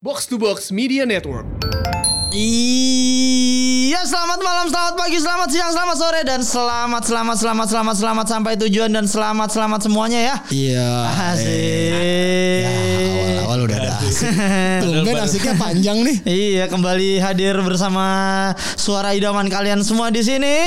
Box to Box Media Network. Iya, selamat malam, selamat pagi, selamat siang, selamat sore, dan selamat sampai tujuan, dan selamat semuanya ya. Iya. Asik. Ya, awal udah ada asik. Tumben asiknya panjang nih. Iya, kembali hadir bersama suara idaman kalian semua di sini.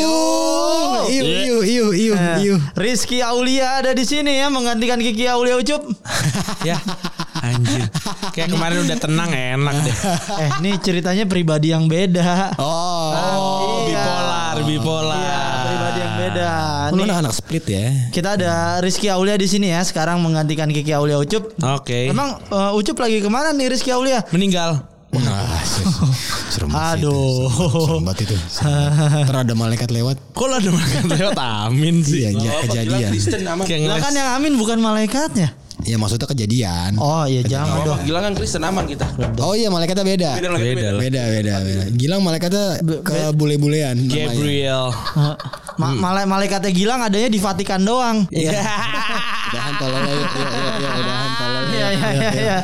Iu. Rizky Aulia ada di sini ya, menggantikan Kiki Aulia Ucup. Ya, anjir. Kayak kemarin udah tenang, enak deh. Ini ceritanya pribadi yang beda. Bipolar. Iya, pribadi yang beda. Lu anak split ya. Kita ada Rizky Aulia di sini ya, sekarang menggantikan Kiki Aulia Ucup. Oke. Emang Ucup lagi kemana nih Rizky Aulia? Meninggal. Serem Aduh. banget itu. Ntar ada malaikat lewat. Kok lo ada makan lewat amin sih? Iya, kejadian. Lah kan yang amin bukan malaikatnya. Ya maksudnya kejadian. Oh iya, jangan dong. Gilang kan Kristen aman kita. Oh iya, malaikatnya beda. Beda. Gilang malaikatnya ke bule-bulean. Gabriel. Malaikatnya Gilang adanya di Vatikan doang. Iya. Udahan tolol. Udahan tolol. Iya.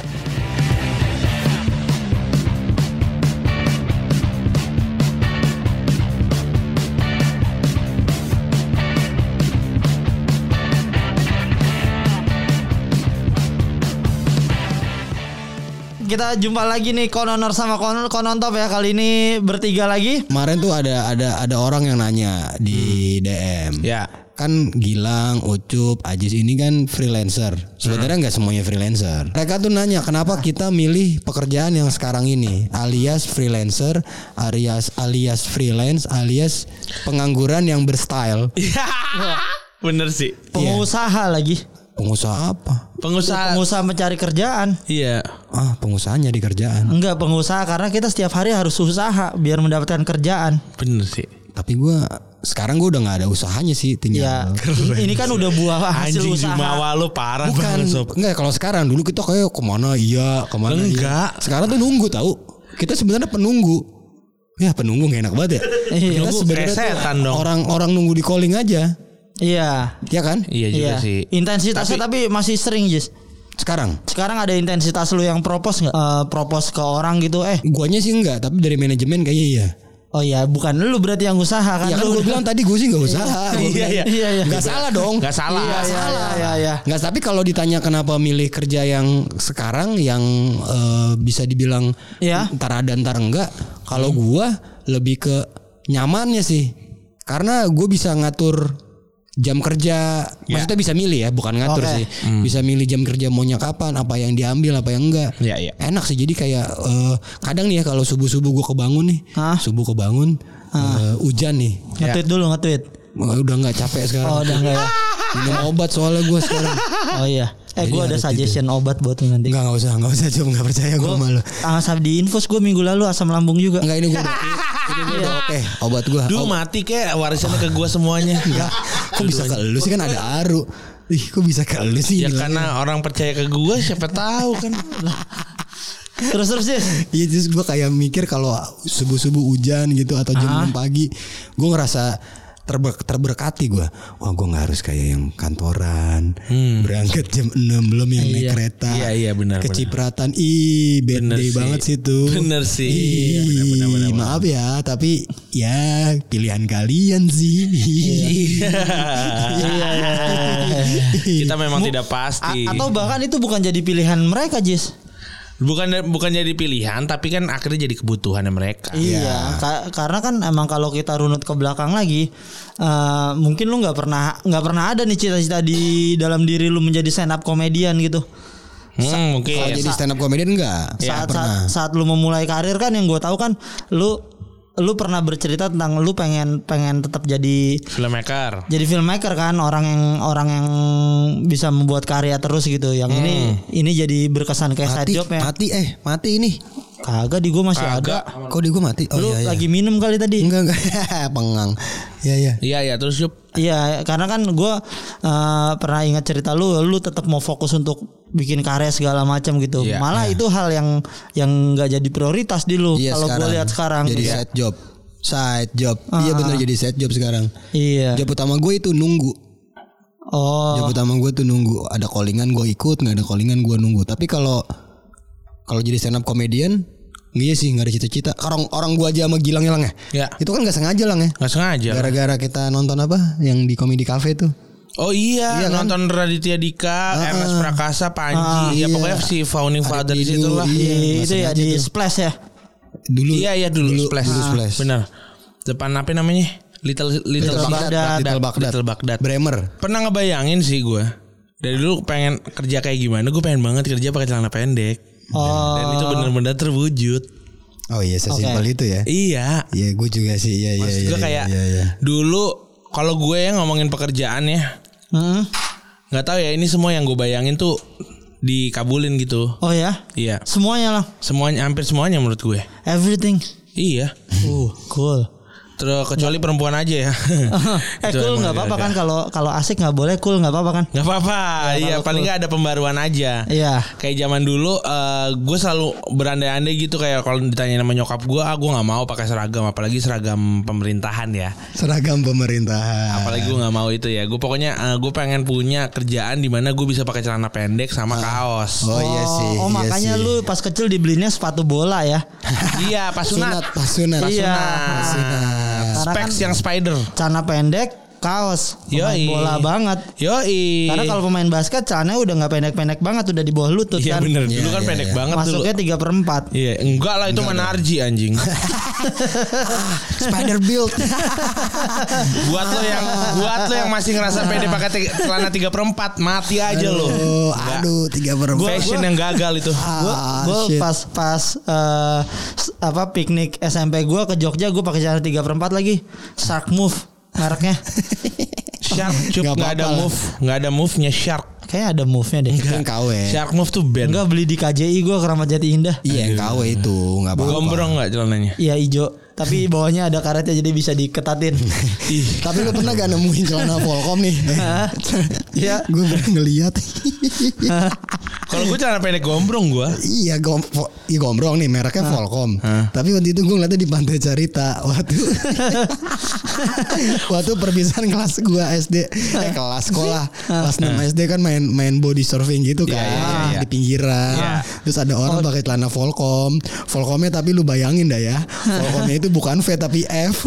Kita jumpa lagi nih Kononor sama Konontop ya, kali ini bertiga lagi. Kemarin tuh ada orang yang nanya di DM. Ya. Kan Gilang, Ucup, Ajis ini kan freelancer. Sebenarnya nggak semuanya freelancer. Mereka tuh nanya kenapa kita milih pekerjaan yang sekarang ini, alias freelancer, alias freelance, alias pengangguran yang berstyle. Bener sih. Pengusaha lagi. Pengusaha apa? Pengusaha mencari kerjaan. Iya. Pengusahanya di kerjaan. Enggak, pengusaha karena kita setiap hari harus usaha biar mendapatkan kerjaan. Bener sih. Tapi sekarang gue udah nggak ada usahanya sih, tinggal. Ya, ini kan udah buah hasil Anjing usaha. Jumawa lu parah Bukan, banget, Sob. enggak, kalau sekarang dulu kita kayak kemana Enggak. iya. Sekarang tuh nunggu tahu. Kita sebenarnya penunggu. Ya penunggu gak enak banget ya. Iya. Kita sebenarnya tuh Kesetan dong. orang nunggu di calling aja. Iya. Ya kan? Iya juga sih. Intensitasnya tapi masih sering, Jis. Sekarang ada intensitas lu yang propose nggak? Propose ke orang gitu? guanya sih enggak, tapi dari manajemen kayaknya iya. Oh ya, bukan lu berarti yang usaha kan? Ya kan gue bilang tadi gue sih gak usaha. Iya. Gak salah dong. Gak salah. Iya. Nggak, tapi kalau ditanya kenapa milih kerja yang sekarang yang bisa dibilang ntar ada ntar enggak, kalau gue lebih ke nyamannya sih, karena gue bisa ngatur jam kerja. Maksudnya bisa milih ya, bukan ngatur sih. Bisa milih jam kerja maunya kapan, apa yang diambil, apa yang enggak. Iya. Enak sih, jadi kayak kadang nih ya kalau subuh gue kebangun nih, hujan nih. Nge-tweet. Udah nggak capek sekarang. Oh, udah nggak ya. Minum obat soalnya gue sekarang. Oh iya. Gue ada suggestion obat buat lu nanti. Enggak usah cuma nggak percaya gue malu. Asam di infus gue minggu lalu, asam lambung juga. Enggak, ini gue udah oke. Obat gue. Duh, mati kayak warisannya ke gue semuanya. Enggak. Kok bisa ke lu sih, kan ada Aru. Kok bisa ke lu sih? Ya karena orang percaya ke gue, siapa tahu kan. Terus ya. Iya, terus gue kayak mikir kalau subuh hujan gitu atau jam 6 pagi, gue ngerasa terberkati gue. Wah, gue nggak harus kayak yang kantoran, berangkat jam 6 belum yang naik kereta. Iya benar. Kecipratan, bad day banget sih tuh. Bener sih. Bener. Maaf ya, tapi ya pilihan kalian sih. Iya. Kita memang tidak pasti. Atau bahkan itu bukan jadi pilihan mereka, Jis. Bukan jadi pilihan, tapi kan akhirnya jadi kebutuhannya mereka. Iya, karena kan emang kalau kita runut ke belakang lagi, mungkin lu nggak pernah ada nih cita-cita di dalam diri lu menjadi stand up comedian gitu. Mungkin. Kalau jadi stand up comedian enggak? Saat lu memulai karir kan, yang gue tahu kan lu pernah bercerita tentang lu pengen tetap jadi filmmaker. Jadi filmmaker kan, orang yang bisa membuat karya terus gitu. Yang ini jadi berkesan kayak side job ya. Mati ini. Kagak, di gue masih ada. Kok di gue mati? Oh, lu iya. lagi minum kali tadi. Enggak. Pengang. Iya. Terus Yup. Iya, karena kan gue pernah ingat cerita lu tetap mau fokus untuk bikin karya segala macam gitu. Iya, Malah itu hal yang nggak jadi prioritas di lu. Kalau gue lihat sekarang. Jadi side job. Iya benar, jadi side job sekarang. Iya. Job utama gue itu nunggu. Oh. Job utama gue tuh nunggu. Ada callingan gue ikut, nggak ada callingan gue nunggu. Tapi kalau kalau jadi stand up comedian iya sih nggak ada cita-cita. Orang gua aja sama Gilang ya Lang ya. Ya. Itu kan nggak sengaja Lang ya. Nggak sengaja. Gara-gara kita nonton apa yang di Comedy Cafe tuh. Oh iya, kan? nonton Raditya Dika, MS Prakasa, Panji, ya pokoknya si Founding Father di situ lah. Itu ya di Splash ya. Dulu. Iya dulu Splash. Dulu Splash. Benar. Depan apa namanya? Little Baghdad. Bremer. Pernah ngebayangin sih gue. Dari dulu pengen kerja kayak gimana? Gue pengen banget kerja pakai celana pendek. Dan itu benar-benar terwujud. Oh iya sesimpel itu ya. Iya. Iya gue juga sih. Iya. Maksud gue kayak dulu kalau gue yang ngomongin pekerjaan ya, nggak tahu ya ini semua yang gue bayangin tuh dikabulin gitu. Oh ya? Iya. Semuanya lah. Semuanya, hampir semuanya menurut gue. Everything. Iya. Cool. Terus kecuali perempuan aja ya. Cool nggak apa-apa kan kalau asik nggak boleh cool nggak apa-apa kan? Nggak apa-apa. Iya paling nggak ada pembaruan aja. Iya. Kayak zaman dulu gue selalu berandai-andai gitu kayak kalau ditanya sama nyokap gue, gue nggak mau pakai seragam, apalagi seragam pemerintahan ya. Seragam pemerintahan. Apalagi gue nggak mau itu ya. Gue pokoknya gue pengen punya kerjaan di mana gue bisa pakai celana pendek sama kaos. Oh iya sih. Oh makanya lu pas kecil dibelinya sepatu bola ya? Iya pas sunat. Iya. Specs yang spider. Celana pendek, kaos, pemain bola banget. Yoi. Karena kalau pemain basket celananya udah nggak pendek-pendek banget, udah di bawah lutut iya, kan. Bener. Dulu kan pendek banget. Masuknya 3/4. Iya, enggak lah itu Manarji anjing. Spider build. buat lo yang masih ngerasa pede pakai celana 3/4, mati aja lo. Aduh 3/4. Fashion yang gagal itu. Gue pas piknik SMP gue ke Jogja, gue pakai celana 3/4 lagi. Shark Move mereknya. Shark nggak ada move-nya Shark. Kayaknya ada move-nya deh. Yang KW. Shark Move tuh band. Enggak, beli di KJI gue, Keramat Jati Indah. Iya yang KW itu nggak apa-apa. Gombrong nggak celananya? Iya hijau. Tapi bawahnya ada karetnya jadi bisa diketatin. Tapi lu pernah gak nemuin celana Volcom nih? Iya. Gue pernah ngeliat. Kalau gue celana pendek gombrong gue. Iya gombrong nih mereknya Volcom. Tapi waktu itu gue ngeliatnya di Pantai Carita. Waktu perpisahan kelas gue SD, kelas sekolah kelas 6 SD kan main body surfing gitu kan di pinggiran. Terus ada orang pakai celana Volcom. Volcomnya tapi lu bayangin dah ya. Volcomnya itu bukan V tapi F.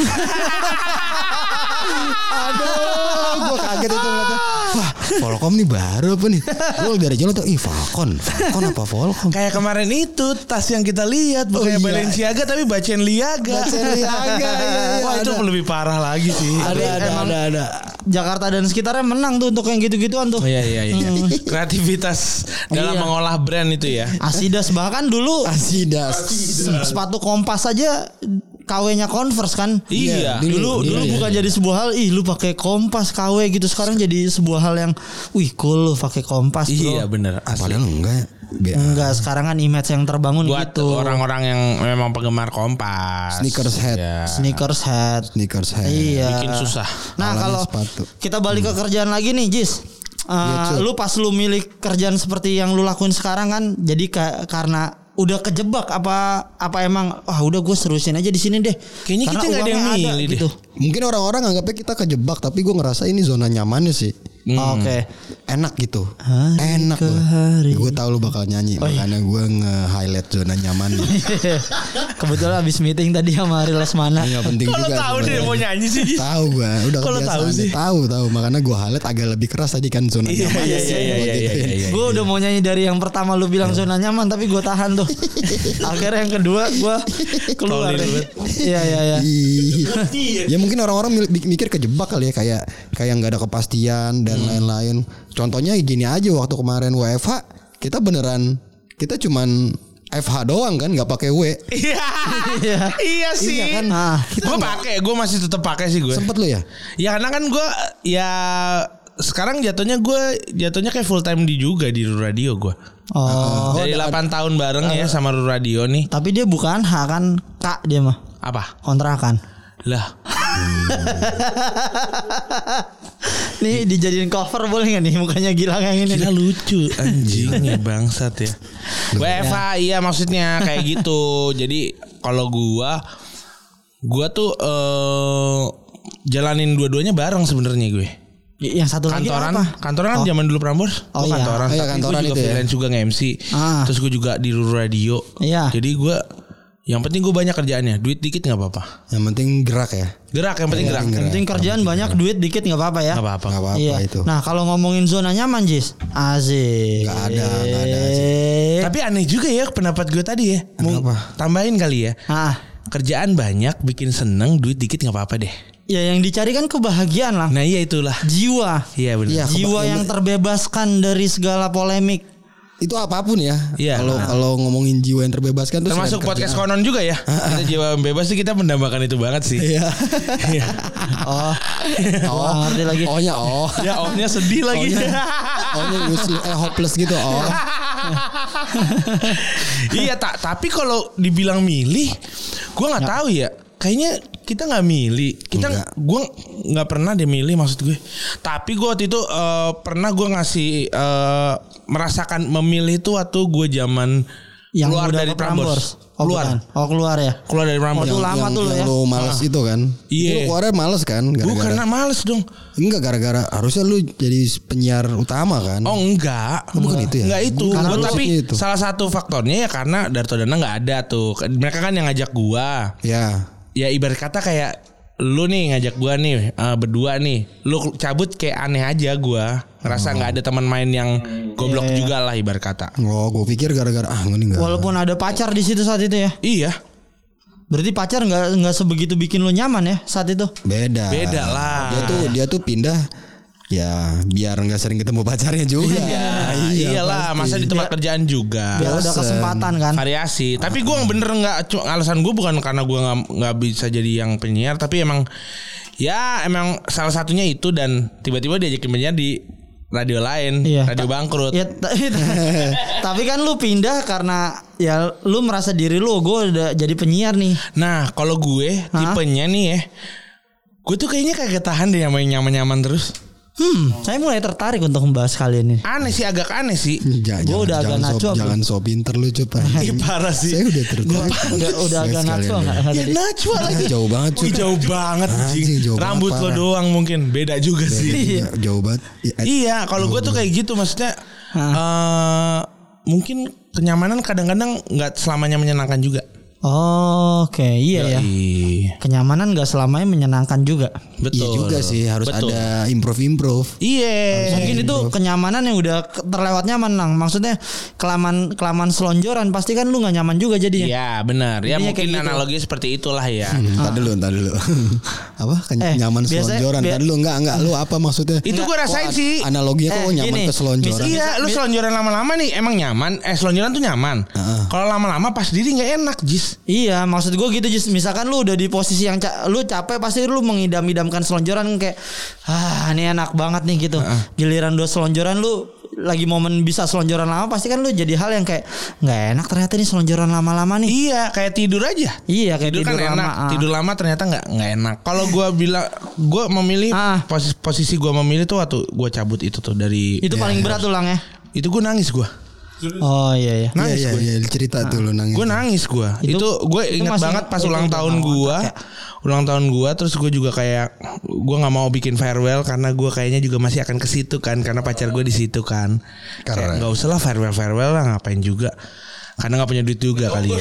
Aduh, gue kaget itu ngeliatnya. Wah, Volcom nih baru apa nih? Gue dari jalan tuh, Falcon apa Volcom? Kayak kemarin itu tas yang kita lihat bukannya Balenciaga tapi bacaan Liaga. Wah itu lebih parah lagi sih. Ada. Jakarta dan sekitarnya menang tuh untuk yang gitu-gituan tuh. Iya. Kreativitas dalam mengolah brand itu ya. Asidas bahkan dulu. Asidas. Sepatu Kompas aja KW-nya Converse kan. Iya. Dulu bukan jadi sebuah hal, lu pakai Kompas KW gitu. Sekarang jadi sebuah hal yang cool lu pakai Kompas. Iya benar. Padahal enggak, sekarang kan image yang terbangun buat gitu. Orang-orang yang memang penggemar Kompas. Sneakers head. Iya. Bikin susah. Nah, kalau kita balik ke kerjaan lagi nih, Jis. Lu pas lu milih kerjaan seperti yang lu lakuin sekarang kan, jadi karena udah kejebak apa emang udah gue serusin aja di sini deh. Kayaknya kita nggak ada yang milih gitu. Mungkin orang-orang anggapnya kita kejebak, tapi gue ngerasa ini zona nyamannya sih. Oke. Enak gitu. Enak loh. Gue tahu lu bakal nyanyi, makanya gue nge-highlight zona nyaman. Kebetulan abis meeting tadi sama Ari Lesmana. Iya penting juga. Kalau tahu dia mau nyanyi sih. Tahu gue, udah kebiasaan. Tahu, makanya gue highlight agak lebih keras tadi kan zona nyaman. Iya. Gue udah mau nyanyi dari yang pertama lu bilang zona nyaman, tapi gue tahan tuh. Akhirnya yang kedua gue keluar. Iya. Ya mungkin orang-orang mikir kejebak kali ya, kayak nggak ada kepastian dan lain-lain. Contohnya gini aja, waktu kemarin WFH kita cuman FH doang kan, nggak pakai W. Iya sih. Iya kan? Gue masih tetap pakai sih gue. Sempet lu ya? Ya karena kan gue sekarang jatuhnya kayak full time juga di Ru Radio gue. Dari 8 tahun bareng ya sama Ru Radio nih. Tapi dia bukan H kan, K dia mah. Apa? Kontrakan. Lah. Nih dijadiin cover boleh gak nih mukanya Gilang yang ini? Gila lucu anjingnya bangsat ya. WFH iya maksudnya kayak gitu. Jadi kalau gua tuh jalanin dua-duanya bareng sebenarnya gue. Yang satu kantoran, lagi apa? Kantoran kan zaman dulu Prambors. Kantoran. Iya, kantoran gue juga itu freelance juga nge-MC. Terus gue juga di Ruru Radio. Iya. Jadi gue yang penting gue banyak kerjaannya. Duit dikit gak apa-apa. Yang penting gerak ya. Gerak, yang penting gerak. Yang penting kerjaan banyak, duit dikit gak apa-apa ya. Gak apa-apa. Gak apa-apa Iya. itu. Nah kalau ngomongin zona nyaman Jis, asik. Gak ada sih. Tapi aneh juga ya pendapat gue tadi ya. Mau tambahin kali ya. Kerjaan banyak, bikin seneng, duit dikit gak apa-apa deh. Ya yang dicari kan kebahagiaan lah. Nah iya itulah. Jiwa. Iya benar. Ya, jiwa yang terbebaskan dari segala polemik. Itu apapun ya. Iya. Kalau ngomongin jiwa yang terbebaskan tuh termasuk podcast konon juga ya. Kita jiwa yang bebas sih kita mendambakan itu banget sih. Iya. Ngerti lagi. Ohnya Ya ohnya sedih lagi. Ohnya hopeless gitu. Iya tapi kalau dibilang milih, gue nggak tahu ya. Kayaknya kita nggak milih. Gue nggak pernah deh milih maksud gue. Tapi gue waktu itu pernah gue ngasih merasakan memilih itu waktu gue zaman yang keluar dari Prambors. Keluar ya. Keluar dari Prambors. Itu lama tuh ya. Lu males itu kan? Iya. Lu keluarnya males kan? Bukan males dong. Enggak gara-gara harusnya lu jadi penyiar utama kan? Oh enggak. Bukan itu ya? Enggak itu. Bukan, tapi itu. salah satu faktornya ya karena Darto Dana nggak ada tuh. Mereka kan yang ngajak gua. Ya. Ya ibarat kata kayak lu nih ngajak gua nih berdua nih. Lu cabut kayak aneh aja gua. Ngerasa nggak ada teman main yang goblok juga lah ibarat kata. Oh, gua pikir gara-gara ini enggak. Walaupun ada pacar di situ saat itu ya. Iya. Berarti pacar nggak sebegitu bikin lu nyaman ya saat itu? Beda lah. Dia tuh pindah ya biar nggak sering ketemu pacarnya juga. Iyalah, masa di tempat kerjaan juga. Biar ada kesempatan kan. Variasi. Tapi gue bener nggak, alasan gue bukan karena gue nggak bisa jadi yang penyiar, tapi emang salah satunya itu dan tiba-tiba diajakin penyiar di radio lain, radio bangkrut. Ya, tapi kan lu pindah karena ya lu merasa diri gue udah jadi penyiar nih. Nah kalau gue tipenya nih ya, gue tuh kayaknya kagak tahan deh yang main nyaman-nyaman terus. Saya mulai tertarik untuk membahas kali ini. Agak aneh sih. Gue udah agak naco. Jangan so pinter lu coba. Parah sih. Saya udah tertarik. Udah agak naco nggak? Ya naco lagi. Jauh banget. Jauh banget. Rambut lo doang mungkin beda juga sih. Jauh banget. Iya, kalau gue tuh kayak gitu maksudnya. Mungkin kenyamanan kadang-kadang nggak selamanya menyenangkan juga. Oke, iya ya. Kenyamanan gak selamanya menyenangkan juga. Betul. Iya juga sih, harus ada improve. Iya. Mungkin itu kenyamanan yang udah terlewat nyaman, Nang. Maksudnya kelamaan selonjoran pasti kan lu gak nyaman juga jadinya. Iya, benar. Ya mungkin gitu. analoginya seperti itulah ya. Entar dulu. Apa? Nyaman selonjoran. Entar dulu enggak. Lu apa maksudnya? Itu gue rasain sih. Analoginya kok nyaman ke selonjoran. Iya, lu selonjoran lama-lama nih emang nyaman. Selonjoran tuh nyaman. Kalau lama-lama pas diri gak enak, Jis. Iya, maksud gue gitu Jis. Misalkan lu udah di posisi yang lu capek, pasti lu mengidam-idamkan selonjoran kayak ini enak banget nih gitu. Giliran udah selonjoran lu lagi momen bisa selonjoran lama, pasti kan lu jadi hal yang kayak nggak enak ternyata nih selonjoran lama-lama nih. Iya, kayak tidur aja. Iya, kayak tidur kan lama. Enak. Tidur lama ternyata nggak enak. Kalau gue bilang gue memilih posisi gue memilih tuh waktu gue cabut itu tuh dari. Itu paling berat tuh Lang ya. Itu gue nangis gue. Oh iya. Nangis gue. Iya, cerita tuh lu nangis. Gue nangis gue. Itu gue ingat banget pas ulang tahun gue. Ulang tahun gue, terus gue juga kayak gue nggak mau bikin farewell karena gue kayaknya juga masih akan ke situ kan, karena pacar gue di situ kan. Nggak usah lah farewell lah, ngapain juga. Karena gak punya duit juga kali ya.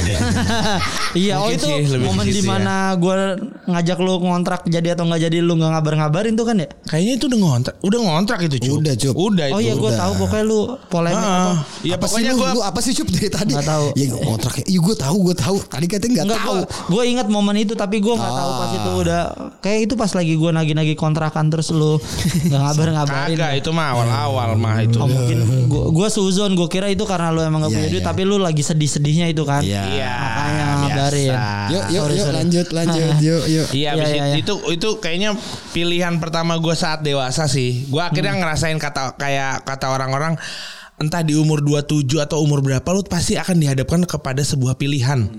Iya, itu momen dimana gue ngajak lu ngontrak jadi atau gak jadi, lu gak ngabarin tuh kan ya? Kayaknya itu udah ngontrak itu Cup. Udah Cup. Udah itu. Oh iya, gue tahu pokoknya lu polemik apa. Iya pokoknya gue. Lu apa sih Cup dari tadi? Gak tahu. Ya ngontrak. Iya gue tahu. Tadi katanya gak tahu. Gue ingat momen itu tapi gue gak tahu pas itu udah. Kayak itu pas lagi gue nagih kontrakan terus lu gak ngabarin. Kagak, itu mah awal-awal mah itu. Mungkin gue suzon, gue kira itu karena lu emang gak punya duit, tapi lu lagi sedih-sedihnya itu kan. Iya. Makanya ngabarin. Yuk lanjut. Yuk. Iya, itu kayaknya pilihan pertama gue saat dewasa sih. Gue akhirnya ngerasain kata orang-orang, entah di umur 27 atau umur berapa, lu pasti akan dihadapkan kepada sebuah pilihan.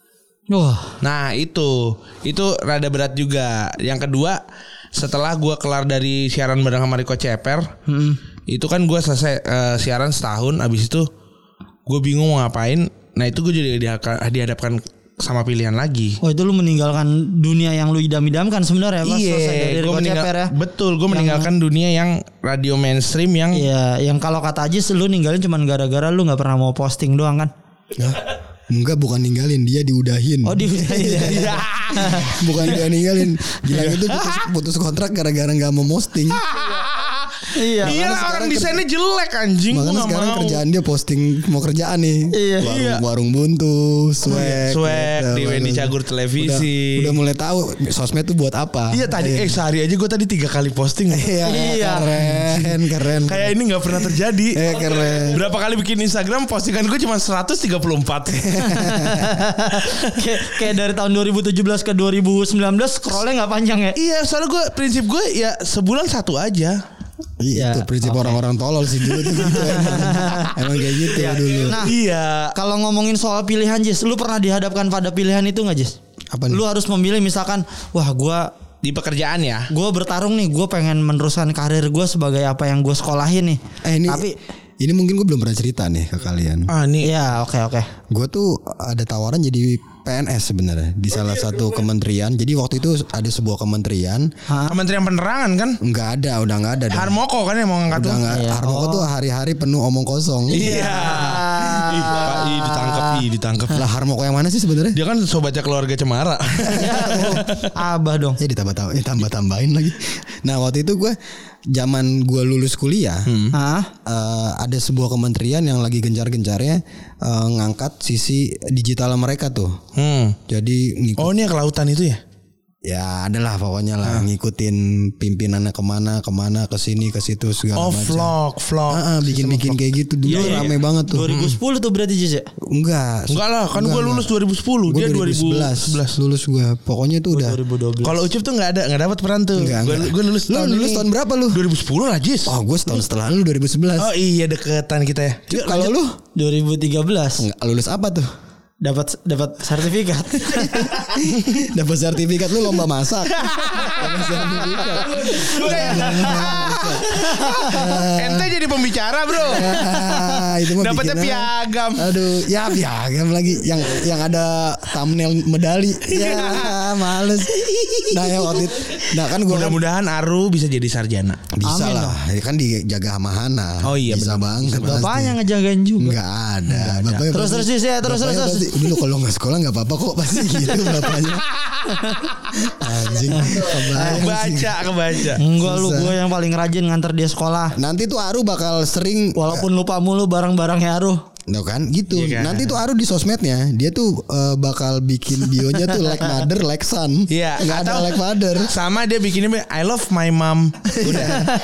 Nah itu rada berat juga. Yang kedua, setelah gue kelar dari siaran bareng sama Rico Ceper, itu kan gue selesai siaran setahun. Abis itu gue bingung mau ngapain. Nah itu gue jadi dihadapkan sama pilihan lagi. Oh itu lu meninggalkan dunia yang lu idam-idamkan sebenarnya pas selesai dari gue ya. Betul, gue meninggalkan dunia yang radio mainstream yang yang kalau kata Ajis lu ninggalin cuman gara-gara lu nggak pernah mau posting doang kan? Enggak, bukan ninggalin, dia diudahin. Oh diudahin. Bukan dia ninggalin. Gilang itu putus kontrak gara-gara nggak mau posting. Iya. Iyalah orang desainnya jelek anjing. Makanya sekarang kerjaan dia posting mau kerjaan nih. Warung buntu, swag di Wendy Cagur televisi. Udah mulai tahu sosmed tuh buat apa. Iya tadi sehari aja gue tadi 3 kali posting. Iya. Keren. Kayak ini nggak pernah terjadi. Keren. Berapa kali bikin Instagram postingan gue cuma 134. Kayak dari tahun 2017 ke 2019 scrollnya nggak panjang ya? Iya, soalnya prinsip gue ya sebulan 1 aja. Iya, itu prinsip orang-orang tolol sih dulu tuh gitu. Emang kayak gitu dulu. Nah, kalau ngomongin soal pilihan Jis, lu pernah dihadapkan pada pilihan itu nggak Jis? Apa nih? Lu harus memilih misalkan, wah gue di pekerjaan ya. Gue bertarung nih, gue pengen meneruskan karir gue sebagai apa yang gue sekolahin nih. Ini mungkin gue belum pernah cerita nih ke kalian. Iya, oke. Gue tuh ada tawaran jadi PNS sebenarnya di salah satu kementerian. Jadi waktu itu ada sebuah kementerian. Kementerian Penerangan kan? Udah nggak ada. Harmoko kan yang mau ngangkat tuh. Harmoko tuh hari-hari penuh omong kosong. Iya. Ditangkap. Lah Harmoko yang mana sih sebenarnya? Dia kan sobatnya keluarga Cemara. Abah dong. Ya ditambah-tambahin lagi. Nah waktu itu gue zaman gue lulus kuliah, ada sebuah kementerian yang lagi gencar-gencarnya ngangkat sisi digital mereka tuh. Jadi ini yang kelautan itu ya? Ya adalah pokoknya lah ngikutin pimpinannya kemana ke sini ke situ segala macam. Vlog. Bikin kayak gitu dulu rame banget tuh. 2010 tuh berarti Jis ya? Enggak lah, kan gue lulus 2010, dia 2011 lulus gue. Pokoknya itu udah 2012. Kalau Ucup tuh enggak dapat peran tuh. Gue lulus tahun berapa lu? 2010 lah, Jis. Oh, gue setahun setelah lu 2011. Oh iya, deketan kita ya. Kalau lu 2013. Enggak, lulus apa tuh? Dapat sertifikat. Dapat sertifikat lu lomba masak. Dapat sertifikat. Ente jadi pembicara, Bro. Itu mah dapatnya piagam. Aduh, ya piagam lagi yang ada thumbnail medali. Ya, males. Nah, ya waktu itu. Nah, kan gua mudah-mudahan Aru bisa jadi sarjana. Bisa amin lah. Ya kan dijaga sama Hana. Oh iya, bisa banget. Bapaknya ngejagain juga. Enggak ada. Bapaknya terus terus. Dulu kalau nggak sekolah nggak apa-apa kok pasti gitu bapaknya. Anjing. Kebaca. Enggak lu, gue yang paling rajin nganter dia sekolah. Nanti tuh Aru bakal sering walaupun lupa mulu barang-barangnya Aru. No kan gitu. Iya kan? Nanti tuh Aru di sosmednya dia tuh bakal bikin bionya tuh like mother like son. Iya. Nggak ada like father. Sama dia bikinnya I love my mom. Udah.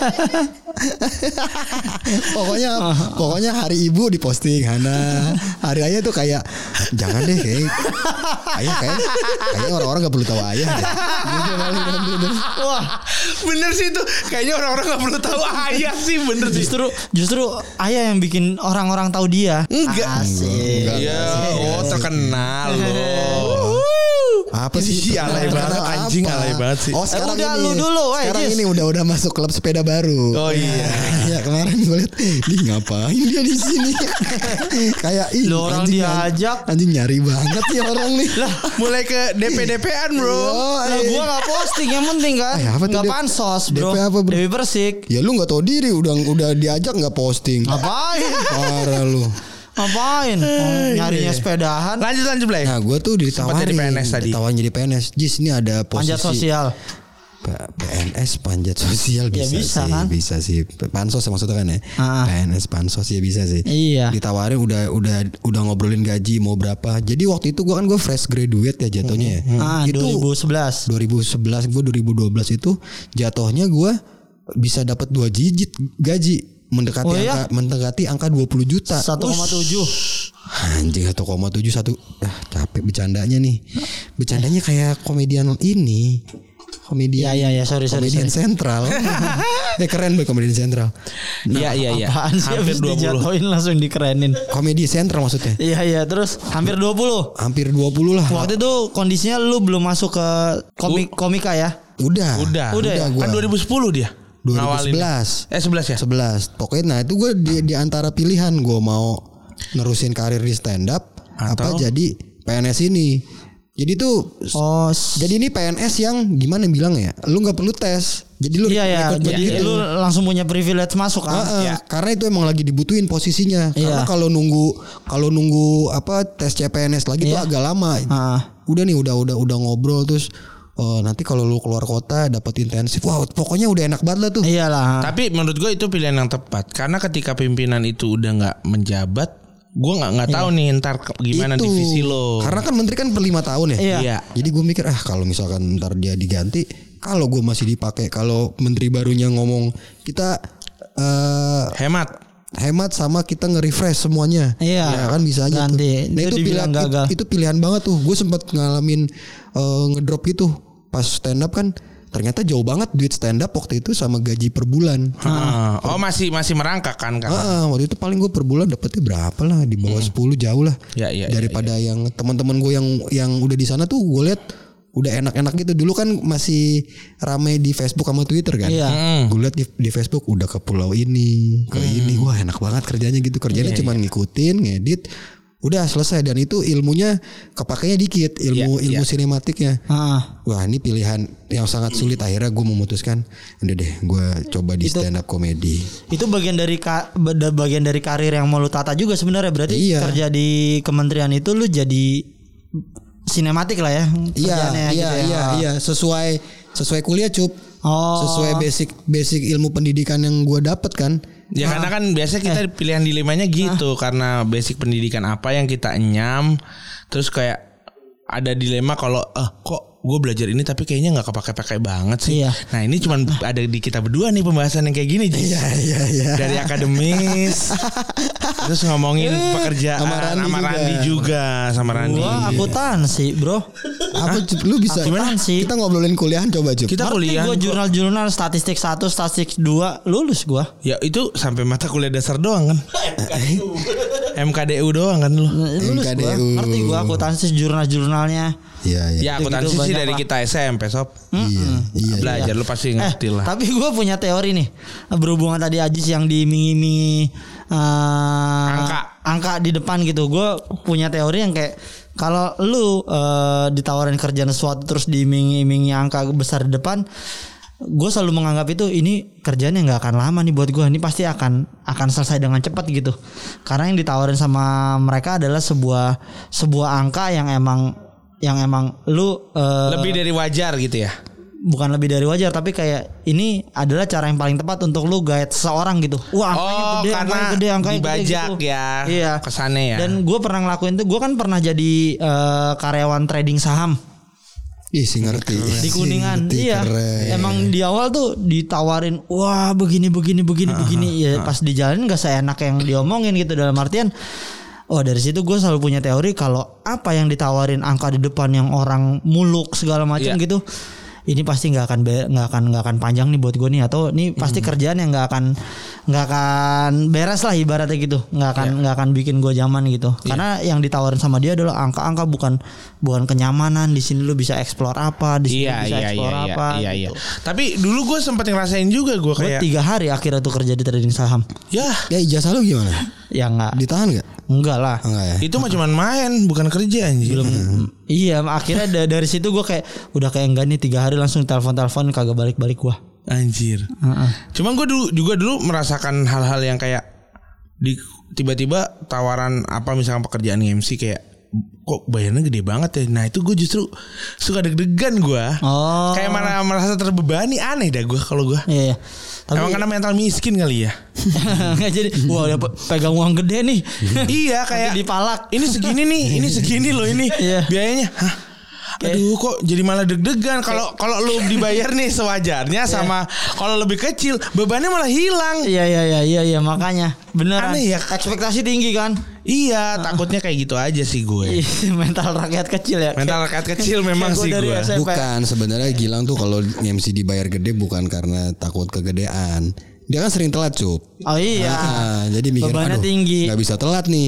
pokoknya hari ibu diposting Hana. Hari ayah tuh kayak jangan deh kayaknya orang-orang nggak perlu tahu ayah deh. Wah bener sih itu. Kayaknya orang-orang nggak perlu tahu ayah sih, bener sih. Justru ayah yang bikin orang-orang tahu dia. Enggak. Asik. Terkenal loh. Apa sih? Alay banget anjing, alay banget sih. Oh sekarang udah ini. Lu dulu, sekarang ini udah masuk klub sepeda baru. Oh iya. Ya kemarin gue liat, dia ngapain dia di sini? Kayak lo orang diajak. Anjing nyari banget sih orang nih. Lah, mulai ke DP-DP-an, Bro. Lah gua enggak posting, yang penting kan. Enggak pansos, Bro. DP apa, Bro? DP Persik. Ya lu enggak tahu diri, udah diajak enggak posting. Ngapain? Parah lu. Ngapain? Nyarinya sepedahan. Lanjut Blay. Nah gue tuh ditawarin jadi PNS. Jis ini ada posisi panjat sosial. PNS panjat sosial bisa, ya, bisa sih kan? Bisa sih maksudnya kan ya. PNS pansos ya bisa sih. Iya. Ditawarin udah ngobrolin gaji mau berapa. Jadi waktu itu gue fresh graduate ya jatuhnya. Itu 2011 gue 2012 itu jatuhnya gue bisa dapat 2 digit gaji. Mendekati angka 20 juta. 1,7. Anjing 1,7 capek bercandanya nih. Bercandanya kayak komedian ini. Komedian. Ya sorry. Komedian sentral. Keren banget komedian sentral. Iya. Apaan sih habis dijatuhin langsung dikerenin. Komedi sentral maksudnya. Iya terus hampir 20. Hampir 20 lah. Waktu itu kondisinya lu belum masuk ke komika ya? Udah ya? Kan 2010 dia. 2011. 11 ya? 11. Pokoknya nah itu gue di antara pilihan gue mau nerusin karir di stand up apa jadi PNS ini. Jadi tuh jadi ini PNS yang gimana bilang ya? Lu nggak perlu tes. Jadi lu jadi lu langsung punya privilege masuk kan? Karena itu emang lagi dibutuhin posisinya. Karena kalau nunggu apa tes CPNS lagi tuh agak lama. Udah nih udah ngobrol terus nanti kalau lu keluar kota dapat intensif. Wah, pokoknya udah enak banget lah tuh. Iyalah. Tapi menurut gue itu pilihan yang tepat. Karena ketika pimpinan itu udah nggak menjabat, gue nggak tahu nih ntar gimana itu divisi lo. Karena kan menteri kan per 5 tahun ya. Iya. Jadi gue mikir kalau misalkan ntar dia diganti, kalau gue masih dipakai, kalau menteri barunya ngomong kita hemat sama kita nge-refresh semuanya. Ya kan bisa aja ganti. Nah itu pilihan banget tuh. Gue sempat ngalamin ngedrop gitu pas stand up kan. Ternyata jauh banget duit stand up waktu itu sama gaji per bulan. Masih merangkak kan? Waktu itu paling gue per bulan dapetnya berapa lah, di bawah 10 jauh lah. Daripada yang teman-teman gue yang udah di sana tuh gue lihat udah enak-enak gitu. Dulu kan masih rame di Facebook sama Twitter kan. Gue lihat di Facebook udah ke pulau ini, ke ini. Wah, enak banget kerjanya gitu. Kerjanya cuma ngikutin, ngedit. Udah selesai, dan itu ilmunya kepakainya dikit, ilmu sinematiknya. Wah, ini pilihan yang sangat sulit. Akhirnya gue memutuskan, udah deh, gue coba di stand up comedy. Itu bagian dari karir yang mau lu tata juga sebenarnya. Berarti kerja di kementerian itu lu jadi sinematik lah ya. Iya. Sesuai kuliah Cup. Sesuai basic ilmu pendidikan yang gue dapet kan. Ya karena kan biasa kita pilihan dilemanya gitu. Karena basic pendidikan apa yang kita enyam. Terus kayak ada dilema kalau kok gue belajar ini tapi kayaknya gak kepake-pakai banget sih. Nah ini cuma ada di kita berdua nih pembahasan yang kayak gini. Iya. Dari akademis. Terus ngomongin pekerjaan sama Randi juga. Sama Randi. Gua akuntansi bro. Apa lu bisa gimana sih? Kita ngobrolin kuliahan coba Cup. Kita kuliah. Gue jurnal statistik 1, statistik 2 lulus gue. Ya itu sampai mata kuliah dasar doang kan. MKDU doang kan lu. Lulus gue. Ngerti gue akuntansi jurnalnya. Ya akuntansi gitu sih dari kita SMP sob. Iya. Belajar lu pasti ngerti lah. Tapi gue punya teori nih. Berhubungan tadi Ajis yang diiming-imingi angka di depan gitu. Gue punya teori yang kayak kalau lu ditawarin kerjaan sesuatu terus diiming-imingi angka besar di depan, gue selalu menganggap itu ini kerjaan yang nggak akan lama nih buat gue. Ini pasti akan selesai dengan cepat gitu. Karena yang ditawarin sama mereka adalah sebuah angka yang emang lu lebih dari wajar gitu ya. Bukan lebih dari wajar, tapi kayak ini adalah cara yang paling tepat untuk lu guide seseorang gitu. Wah, angkanya gede, angkanya dibajak gede gitu. Ya. Iya. Kesannya ya. Dan gue pernah ngelakuin itu. Gue kan pernah jadi karyawan trading saham. Ih, sih ngerti. Di Kuningan. Iya. Keren. Emang di awal tuh ditawarin, wah begini. Ya pas dijalanin gak seenak yang diomongin gitu. Dalam artian, dari situ gue selalu punya teori kalau apa yang ditawarin angka di depan yang orang muluk segala macam gitu, ini pasti nggak akan panjang nih buat gue nih, atau ini pasti kerjaan yang nggak akan beres lah ibaratnya gitu, nggak akan bikin gue nyaman gitu. Karena yang ditawarin sama dia adalah angka-angka, bukan kenyamanan. Di sini lu bisa explore apa, di sini bisa explore apa. Gitu. Tapi dulu gue sempat ngerasain juga gue kayak 3 hari akhirnya tuh kerja di trading saham. Ya ijazah lu gimana? Ya nggak. Ditahan nggak? Enggak lah. Ya? Itu mah cuman main, bukan kerja anjir. Belum. Iya, akhirnya dari situ gue kayak udah kayak enggak nih 3 hari langsung telepon kagak balik gue. Anjir. Cuman gue dulu merasakan hal-hal yang kayak tiba-tiba tawaran apa misalnya pekerjaan MC kayak kok bayarnya gede banget ya. Nah itu gue justru suka deg-degan gue. Kayak malah merasa terbebani, aneh dah gue kalau gue. Iya. Tapi, emang karena mental miskin kali ya. Nggak jadi. Wah udah pegang uang gede nih. Iya kayak dipalak. Ini segini nih, ini segini loh ini biayanya. Hah? Aduh kok jadi malah deg-degan. Kalau lu dibayar nih sewajarnya sama kalau lebih kecil bebannya malah hilang. Iya makanya beneran. Aneh ya. Ekspektasi tinggi kan. Iya takutnya kayak gitu aja sih gue. Mental rakyat kecil ya. Mental rakyat kecil memang sih gue. Bukan, sebenarnya Gilang tuh kalau MC dibayar gede bukan karena takut kegedean. Dia kan sering telat Cup. Oh iya. Jadi mikir bebannya tinggi. Gak bisa telat nih.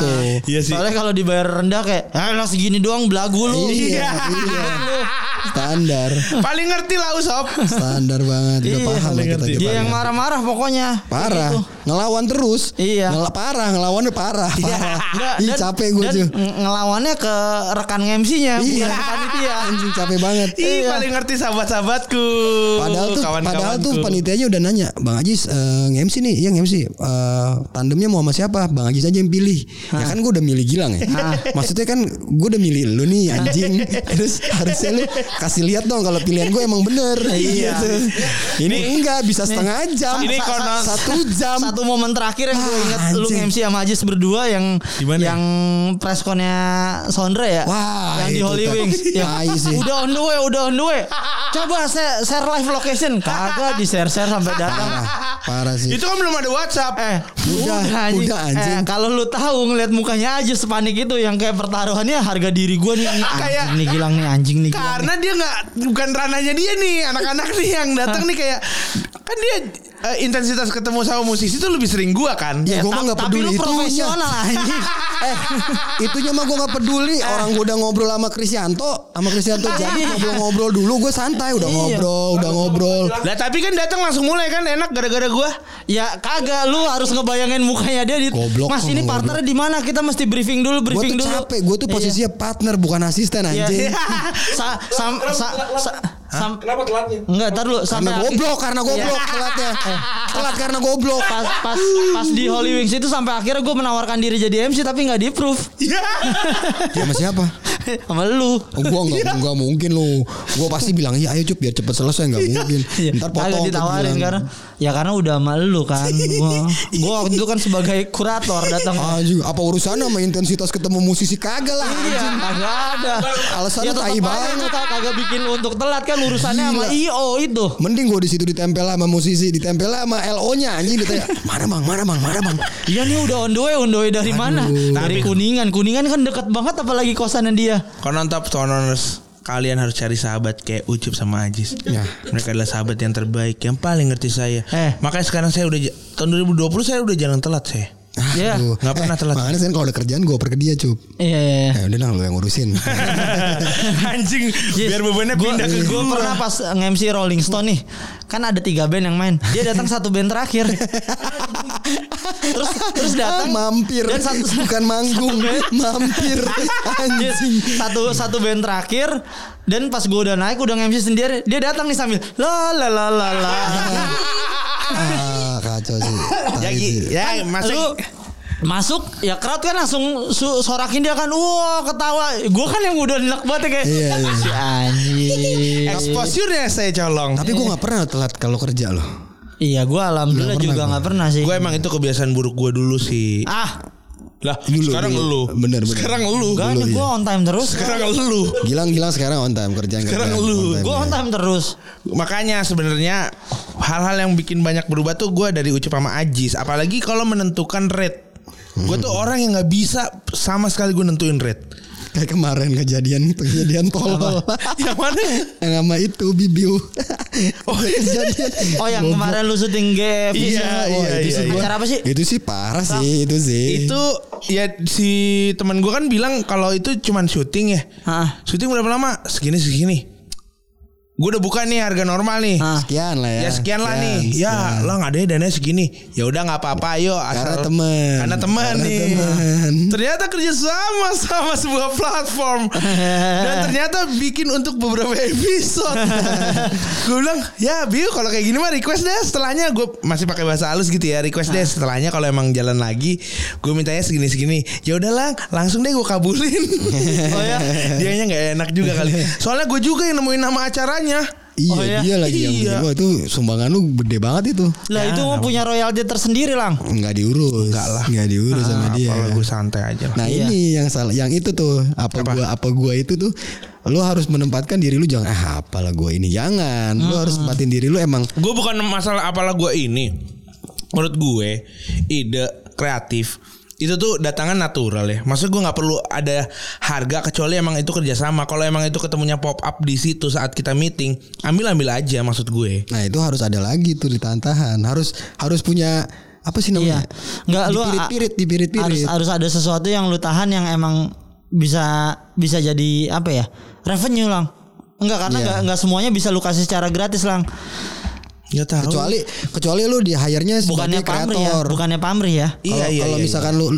Iya sih. Soalnya kalau dibayar rendah kayak lah segini doang belagu lu. Iya. Standar. Paling ngerti lah Usop. Standar banget. Udah paham lah kita. Dia yang marah-marah pokoknya. Parah. Gitu. Ngelawan terus. Iya. Ngelawannya parah. Ih capek gue tuh. Ngelawannya ke rekan MC-nya. Iya. Panitia. Anjing capek banget. Ih paling ngerti sahabat-sahabatku. Padahal tuh panitianya udah nanya, Bang Ajis nge-MC nih, iya nge-MC. Tandemnya mau sama siapa? Bang Ajis aja yang pilih. Ya kan gue udah milih Gilang ya. Maksudnya kan gue udah milih lu nih anjing. Terus harusnya lu kasih lihat dong kalau pilihan gue emang bener. Iya. Ini enggak bisa setengah jam. Ini konon 1 jam. Satu momen terakhir yang gue ingat lu nge-MC sama Ajis berdua yang pressconnya Sondre ya. Wah, yang di Holy Wings. Udah on the way. Coba share live location. Kagak di share sampai datang. Parah sih. Itu kan belum ada WhatsApp. Udah anjing. Kalau lu tahu ngeliat mukanya aja sepanik itu yang kayak pertaruhannya harga diri gue nih. Kayak nih Gilang nih anjing nih. Karena dia bukan ranahnya dia nih, anak-anak nih yang datang nih kayak kan dia intensitas ketemu sama musisi tuh lebih sering gua kan. Ya gua mah enggak peduli itu. Tapi lu profesional anjing. Itunya mah gua enggak peduli. Orang gua udah ngobrol sama Krisyanto jadi ngobrol dulu gua santai udah ngobrol. Lah tapi kan datang langsung mulai kan enak gara-gara gua. Ya kagak lu harus ngebayangin mukanya dia di Goblok, Mas ini partnernya di mana? Kita mesti briefing dulu. Gua tuh capek, gua tuh posisinya partner bukan asisten anjing. Kenapa telatnya? Enggak, tar dulu karena goblok telatnya. Telat karena goblok. Pas di Holy Wings itu sampai akhirnya gue menawarkan diri jadi MC tapi enggak di-approve. Iya. Sama siapa? Sama lu. Gua enggak mungkin lu. Gua pasti bilang, "Iya, ayo Cup biar cepet selesai." Enggak mungkin. Ntar potong ditawarin karena udah sama lu kan. Gua waktu itu kan sebagai kurator datang. Apa urusannya sama intensitas ketemu musisi kagak lah. Iya, kagak ada. Alasannya tai banget. Kagak bikin untuk telat kan urusannya sama IO itu. Mending gua di situ ditempel sama musisi, ditempel sama LO-nya anjing ditanya, "Mana Bang?" Iya nih udah on the way dari mana? Dari Kuningan kan deket banget apalagi kosannya dia. Konon top toners kalian harus cari sahabat kayak Ucup sama Ajis. Ya. Mereka adalah sahabat yang terbaik, yang paling ngerti saya. Makanya sekarang saya udah tahun 2020 saya udah jalan telat saya. Iya. Gak pernah telat. Makanya kan kalau ada kerjaan gue oper ke dia Cup. Iya. Ya udah lah lu yang ngurusin. Anjing. Biar bebannya pindah ke gue. Pernah pas nge-MC Rolling Stone nih. Kan ada 3 band yang main. Dia datang 1 band terakhir. terus datang mampir. Dan bukan manggung. Mampir. Anjing. Satu band terakhir. Dan pas gue udah naik udah nge-MC sendiri. Dia datang nih sambil la. Kacau sih. Ya masuk ya crowd kan langsung sorakin dia kan ketawa. Gue kan yang udah enak banget kayak si anjing. Exposure-nya saya colong. Tapi gue gak pernah telat kalau kerja loh. Iya gue alhamdulillah juga gak pernah sih. Gue emang itu kebiasaan buruk gue dulu sih. Lah dulu, sekarang lu. Bener. Sekarang lu. Gak nih gue on time terus. Sekarang lu. Gilang sekarang on time kerjaan. Sekarang lu. Gue on time terus. Makanya sebenarnya hal-hal yang bikin banyak berubah tuh gue dari Ucup sama Ajis. Apalagi kalau menentukan rate. Gue tuh orang yang gak bisa sama sekali gue nentuin rate. Kayak kemarin kejadian tolol. Yang mana? Yang sama itu Bibiu. Kejadian. Yang kemarin lu syuting GF. Iya. Acara apa sih? Itu sih parah sih itu sih. Itu ya si teman gue kan bilang kalau itu cuman syuting ya. Syuting berapa lama? Segini. Gue udah buka nih harga normal nih. Sekian lah ya. Ya sekian lah nih. Ya lah nggak ada dananya segini. Ya udah nggak apa-apa. Ayo karena teman nih. Ternyata kerja sama sebuah platform. Dan ternyata bikin untuk beberapa episode. Gue bilang ya Biu kalau kayak gini mah request deh. Setelahnya gue masih pakai bahasa halus gitu ya. Request deh setelahnya kalau emang jalan lagi. Gue mintanya segini. Ya udahlah langsung deh gue kabulin. Dianya nggak enak juga kali. Soalnya gue juga yang nemuin nama acaranya. Iya dia lagi yang bikin. Wah itu sumbangan lu gede banget itu. Lah itu punya royalti tersendiri Lang. Enggak diurus. Enggak diurus sama dia. Kalau gue santai aja lah. Nah ini yang salah. Yang itu tuh apa gua itu tuh lu harus menempatkan diri lu jangan apalah gua ini jangan. Lu harus tempatin diri lu emang. Gue bukan masalah apalah gua ini. Menurut gue ide kreatif itu tuh datangan natural ya. Maksud gue nggak perlu ada harga kecuali emang itu kerjasama. Kalau emang itu ketemunya pop up di situ saat kita meeting, ambil aja maksud gue. Nah itu harus ada lagi tuh ditahan. Harus punya apa sih namanya? Nggak lu dipirit. Harus ada sesuatu yang lu tahan yang emang bisa jadi apa ya? Revenue Lang. Enggak, karena enggak semuanya bisa lu kasih secara gratis lang. Nggak tahu. Kecuali lu di hire-nya sebagai kreator. Bukannya pamrih ya. Kalau misalkan lu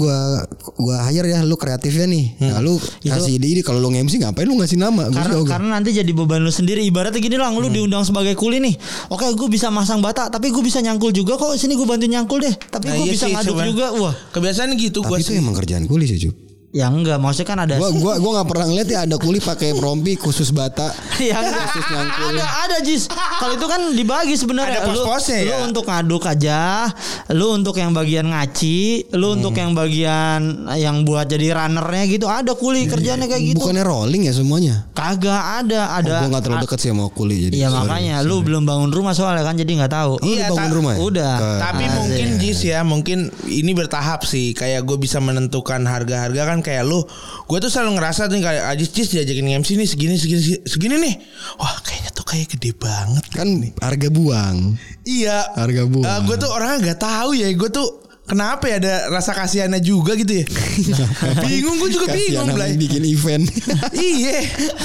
gua hire ya, lu kreatifnya nih. Nah, lu kasih ide kalau lu nge-MC ngapain lu ngasih nama? Karena nanti jadi beban lu sendiri. Ibaratnya gini lang, lu diundang sebagai kuli nih. Oke, gue bisa masang bata, tapi gue bisa nyangkul juga kok. Sini gue bantu nyangkul deh. Tapi gue bisa ngaduk juga. Wah, kebiasaan gitu gue. Tapi itu emang kerjaan kuli sih, Cuk. Ya enggak, maksudnya kan ada. Gua nggak pernah ngeliat ya ada kuli pakai rompi khusus bata. Ya khusus nyangkul. Ada Jis. Kalau itu kan dibagi sebenarnya. Ada pos-posnya ya. Lu untuk ngaduk aja, lu untuk yang bagian ngaci, lu untuk yang bagian yang buat jadi runnernya gitu. Ada kuli kerjanya kayak gitu. Bukannya rolling ya semuanya? Kagak ada. Gua nggak terlalu deket sih sama kuli jadi. Iya makanya lu belum bangun rumah soalnya kan jadi nggak tahu. Iya, bangun rumah. Ya? Udah. Tapi mungkin Jis ya, mungkin ini bertahap sih. Kayak gue bisa menentukan harga-harga kan. Kayak lu, gue tuh selalu ngerasa tuh kayak Ajis diajakin MC nih segini nih, wah kayaknya tuh kayak gede banget kan harga buang. Iya, harga buang. Gue tuh orangnya nggak tahu ya, gue tuh kenapa ya ada rasa kasihannya juga gitu ya. Bingung, gue juga bingung Blay. Bikin event. Iya.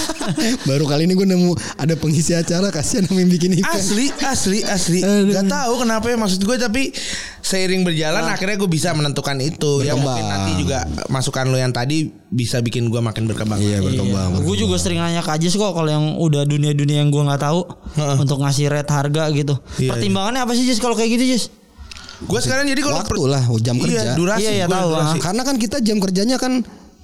Baru kali ini gue nemu ada pengisi acara kasihan namanya bikin event. Asli. Gak tahu kenapa ya, maksud gue, tapi seiring berjalan akhirnya gue bisa menentukan itu. Ya mungkin nanti juga masukan lo yang tadi bisa bikin gue makin berkembang. Iya, berkembang. Gue juga sering nanya ke Ajis kok kalau yang udah dunia-dunia yang gue nggak tahu untuk ngasih rate harga gitu. Iya, pertimbangannya apa sih Jis kalau kayak gitu Jis? Gue sekarang jadi kalau waktu lah jam kerja. Durasi. Iya tahu. Karena kan kita jam kerjanya kan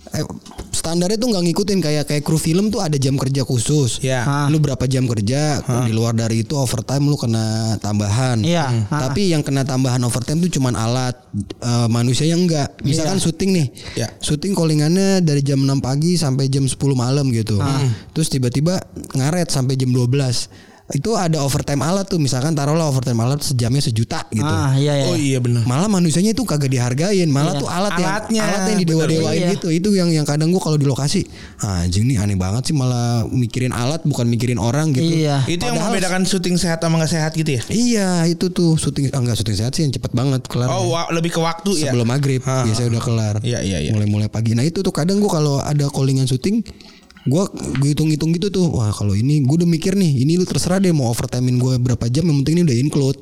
standarnya tuh nggak ngikutin kayak kru film tuh ada jam kerja khusus. Iya. Lu berapa jam kerja, di luar dari itu overtime lu kena tambahan. Iya. Tapi yang kena tambahan overtime tuh cuman alat, manusia yang enggak. Misalkan syuting nih. Iya. Syuting callingannya dari jam 6 pagi sampai jam 10 malam gitu. Terus tiba-tiba ngaret sampai jam 12. Itu ada overtime alat tuh, misalkan taruhlah overtime alat sejamnya 1 juta gitu. Iya. Oh iya benar. Malah manusianya itu kagak dihargain, malah tuh alat yang didewa-dewain gitu. Itu yang kadang gua kalau di lokasi, anjing nih aneh banget sih, malah mikirin alat bukan mikirin orang gitu. Iya. Itu yang membedakan syuting sehat sama nggak sehat gitu ya? Iya, itu tuh syuting enggak syuting sehat sih yang cepet banget kelar. Oh, lebih ke waktu ya. Sebelum maghrib biasanya udah kelar. Iya. Mulai pagi. Nah, itu tuh kadang gua kalau ada callingan syuting, gue hitung-hitung gitu tuh, wah kalau ini gue udah mikir nih, ini lu terserah deh mau overtimein gue berapa jam, yang penting ini udah include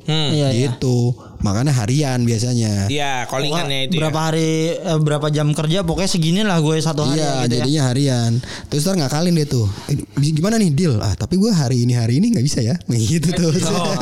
gitu. Makanya harian biasanya. Iya, callingannya itu. Berapa hari berapa jam kerja pokoknya segini lah gue satu hari. Iya, gitu jadinya harian. Terus ntar ngakalin deh tuh. Gimana nih deal? Tapi gue hari ini nggak bisa ya. Gitu tuh.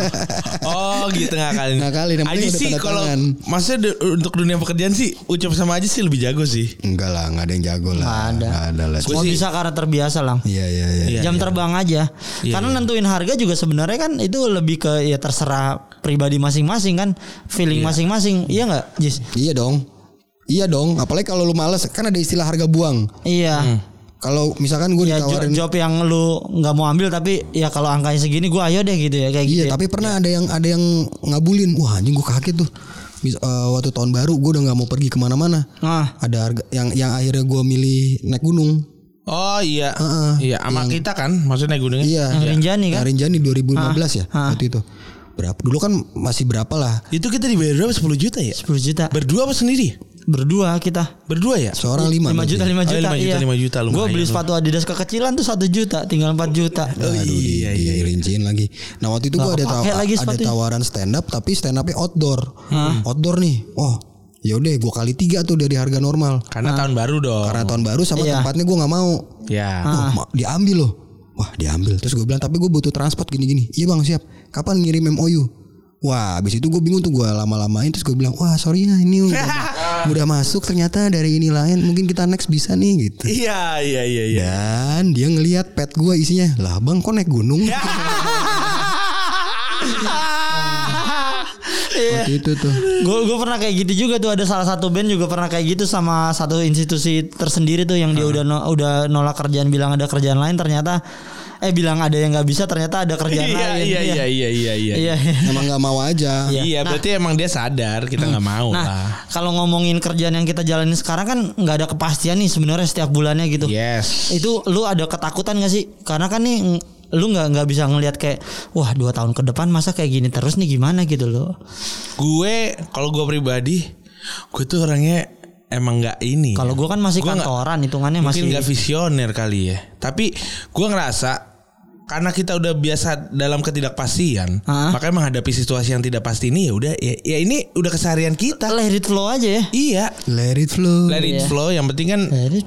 Oh gitu ngakalin. Ngakalin. Aja sih kalau maksudnya untuk dunia pekerjaan sih Ucup sama Aji sih lebih jago sih. Enggak lah, nggak ada yang jago lah. Nggak ada lah. Semua bisa karena biasa lang. Iya. Jam terbang aja. Karena nentuin harga juga sebenarnya kan itu lebih ke ya terserah pribadi masing-masing kan, feeling masing-masing. Iya nggak, Jis? Iya dong. Apalagi kalau lu males, kan ada istilah harga buang. Iya. Kalau misalkan gue ditawarin job yang lu nggak mau ambil tapi ya kalau angkanya segini gue ayo deh gitu ya kayak gitu. Iya, tapi pernah ada yang ngabulin. Wah anjing gue kaget tuh. Waktu tahun baru gue udah nggak mau pergi kemana-mana. Ada harga yang akhirnya gue milih naik gunung. Oh iya. Iya sama kita kan maksudnya naik gunungnya. Iya. Rinjani kan. Rinjani 2015 ya waktu itu. Berapa dulu kan masih berapa lah. Itu kita dibayar berapa, 10 juta ya? 10 juta. Berdua apa sendiri? Berdua kita. Berdua ya? Seorang 5 juta. 5 juta lumayan. Gue beli sepatu Adidas kekecilan tuh 1 juta, tinggal 4 juta. Aduh, dirinciin lagi. Nah waktu itu gue ada tawaran stand up, tapi stand upnya outdoor. Outdoor nih. Oh ya udah gue kali 3 tuh dari harga normal. Karena tahun baru dong. Karena tahun baru sama tempatnya gue nggak mau. Ya. Diambil loh. Wah diambil. Terus gue bilang tapi gue butuh transport gini-gini. Iya bang siap. Kapan ngirim MOU? Wah abis itu gue bingung tuh, gue lama-lamain. Terus gue bilang wah sorry ya ini udah masuk ternyata dari ini lain. Mungkin kita next bisa nih gitu. Iya. Dan dia ngelihat pet gue isinya, lah bang kok naik gunung. Waktu itu tuh gue pernah kayak gitu juga tuh, ada salah satu band juga pernah kayak gitu sama satu institusi tersendiri tuh yang dia udah nolak kerjaan, bilang ada kerjaan lain, ternyata bilang ada yang nggak bisa, ternyata ada kerjaan lain. Iya. Emang nggak mau aja. Iya, berarti emang dia sadar kita nggak mau lah. Nah kalau ngomongin kerjaan yang kita jalanin sekarang kan nggak ada kepastian nih sebenarnya setiap bulannya gitu. Yes. Itu lu ada ketakutan nggak sih? Karena kan nih lu nggak bisa ngelihat kayak wah 2 tahun ke depan masa kayak gini terus nih gimana gitu loh. Kalau gue pribadi, gue tuh orangnya emang nggak ini. Kalau gue kan masih kantoran, hitungannya mungkin masih nggak visioner kali ya. Tapi gue ngerasa karena kita udah biasa dalam ketidakpastian, makanya menghadapi situasi yang tidak pasti ini ya udah ya ini udah keseharian kita. Let it flow aja ya. Iya. Let it flow. Let it flow. Yang penting kan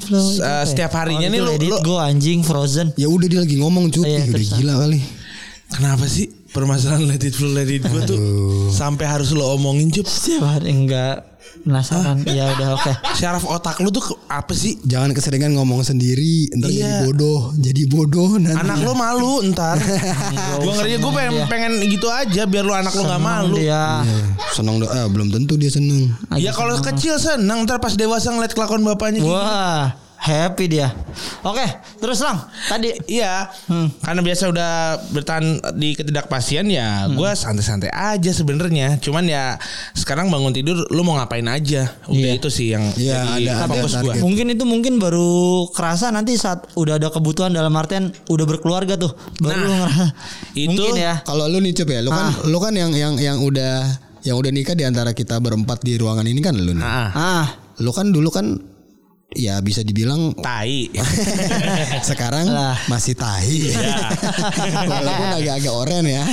setiap harinya nih let it go anjing Frozen. Ya udah dia lagi ngomong cuy, udah gila kali. Kenapa sih permasalahan let it flow tuh sampai harus lo omongin Cup? Setiap hari enggak penasaran. Ya udah oke. Syaraf otak lu tuh apa sih? Jangan keseringan ngomong sendiri, ntar jadi bodoh nanti. Anak lo malu ntar. Gue ngerinya gue pengen gitu aja biar lo anak lo nggak malu. Dia. Seneng belum tentu dia seneng. Ya kalau kecil seneng, ntar pas dewasa ngeliat kelakuan bapaknya. Wah. Happy dia. Oke, terus Lang. Tadi iya, karena biasa udah bertahan di ketidakpastian ya, gue santai-santai aja sebenarnya. Cuman ya sekarang bangun tidur, lu mau ngapain aja? Udah itu sih yang ada fokus gue. Mungkin baru kerasa nanti saat udah ada kebutuhan dalam artian udah berkeluarga tuh, baru lu ngerasa. Itu mungkin ya. Kalau lu nih Cup ya, lu kan yang udah nikah di antara kita berempat di ruangan ini kan lu nih. Lu kan dulu kan ya bisa dibilang tai. Sekarang masih tai. Walaupun agak-agak oren ya.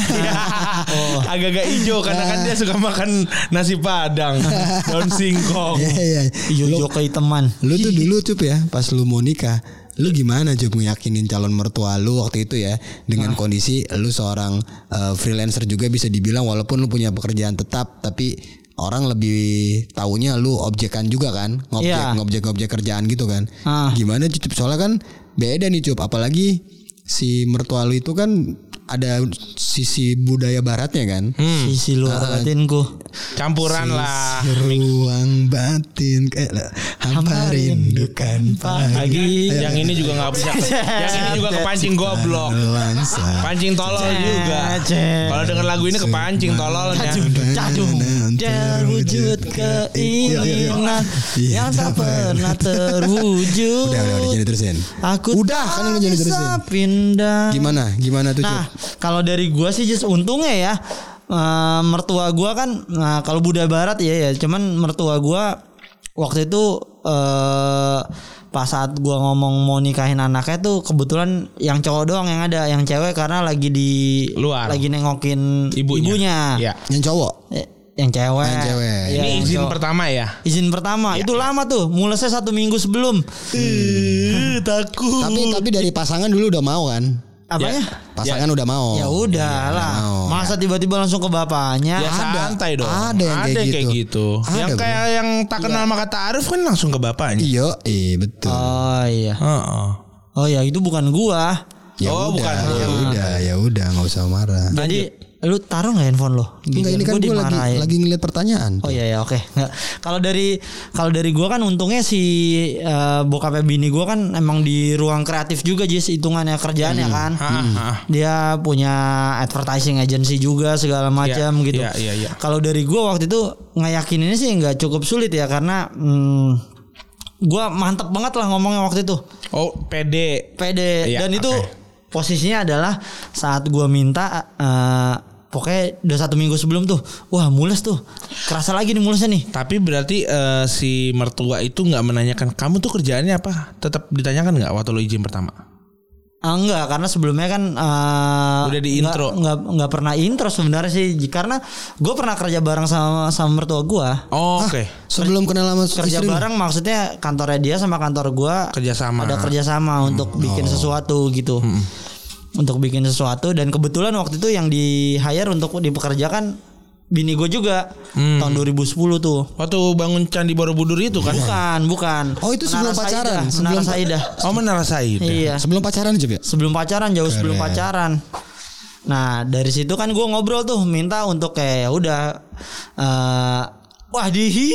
Agak-agak hijau karena kan dia suka makan nasi padang, daun singkong. Hijau keiteman. Lu tuh dulu Cup ya, pas lu mau nikah, lu gimana Cup ngeyakinin calon mertua lu waktu itu ya, dengan kondisi lu seorang freelancer juga bisa dibilang, walaupun lu punya pekerjaan tetap tapi orang lebih taunya lu objekan juga kan, ngobjek kerjaan gitu kan. Gimana Cup? Soalnya kan beda nih Cup, apalagi si mertua lu itu kan ada sisi budaya baratnya kan. Sisi luar batinku. Campuran lah. Ruang batin hampa rindukan pagi. Yang ini juga nggak bisa. Yang ini juga kepancing goblok. Pancing tolol juga. Kalau denger lagu ini kepancing tololnya. Terwujud keinginan yang tak pernah terwujud. Udah jadi terusin. Aku udah kan lu jadi terusin. Pindah. Gimana tuh Cup? Kalau dari gua sih just untungnya ya, mertua gua kan kalau budaya barat ya cuman mertua gua waktu itu pas saat gua ngomong mau nikahin anaknya tuh kebetulan yang cowok doang yang ada, yang cewek karena lagi di luar, lagi nengokin ibunya. Ya. Yang cowok yang cewek. Ya, ini izin pertama ya? Izin pertama itu lama tuh, mulesnya 1 minggu sebelum. Takut. Tapi dari pasangan dulu udah mau kan? Apanya? Pasangan udah mau. Ya udah lah. Masa tiba-tiba langsung ke bapaknya? Ya santai dong. Ada yang kayak gitu. Yang kayak yang tak kenal maka ta'aruf kan langsung ke bapaknya. Iya, betul. Oh iya. Oh ya itu bukan gua. Bukan. Ya udah nggak usah marah. Jadi lu taruh nggak handphone lo? Enggak, ini kan gue lagi ngeliat pertanyaan. Oh iya oke. Kalau dari gue kan untungnya si bokapnya bini gue kan emang di ruang kreatif juga Jis, hitungannya kerjaannya kan. Dia punya advertising agency juga segala macam gitu. Kalau dari gue waktu itu ngeyakininnya sih nggak cukup sulit ya, karena gue mantep banget lah ngomongnya waktu itu. Oh pede. Dan itu posisinya adalah saat gue minta pokoknya udah 1 minggu sebelum tuh, wah mules tuh, kerasa lagi nih mulesnya nih. Tapi berarti si mertua itu nggak menanyakan kamu tuh kerjaannya apa? Tetap ditanyakan nggak waktu lo izin pertama? Enggak, karena sebelumnya kan udah di intro. Nggak pernah intro sebenarnya sih, karena gue pernah kerja bareng sama mertua gue. Oke. Sebelum kenal sama kerja istri bareng maksudnya kantornya dia sama kantor gue kerjasama. Ada kerjasama untuk bikin sesuatu gitu. Untuk bikin sesuatu, dan kebetulan waktu itu yang di hire untuk dipekerjakan bini gue juga tahun 2010 tuh. Waktu bangun Candi Borobudur itu kan? Bukan. Oh itu sebelum pacaran. Menara Saidah. Oh Menara Saidah. Iya. Sebelum pacaran juga? Sebelum pacaran, jauh sebelum pacaran. Nah dari situ kan gue ngobrol tuh, minta untuk kayak udah wah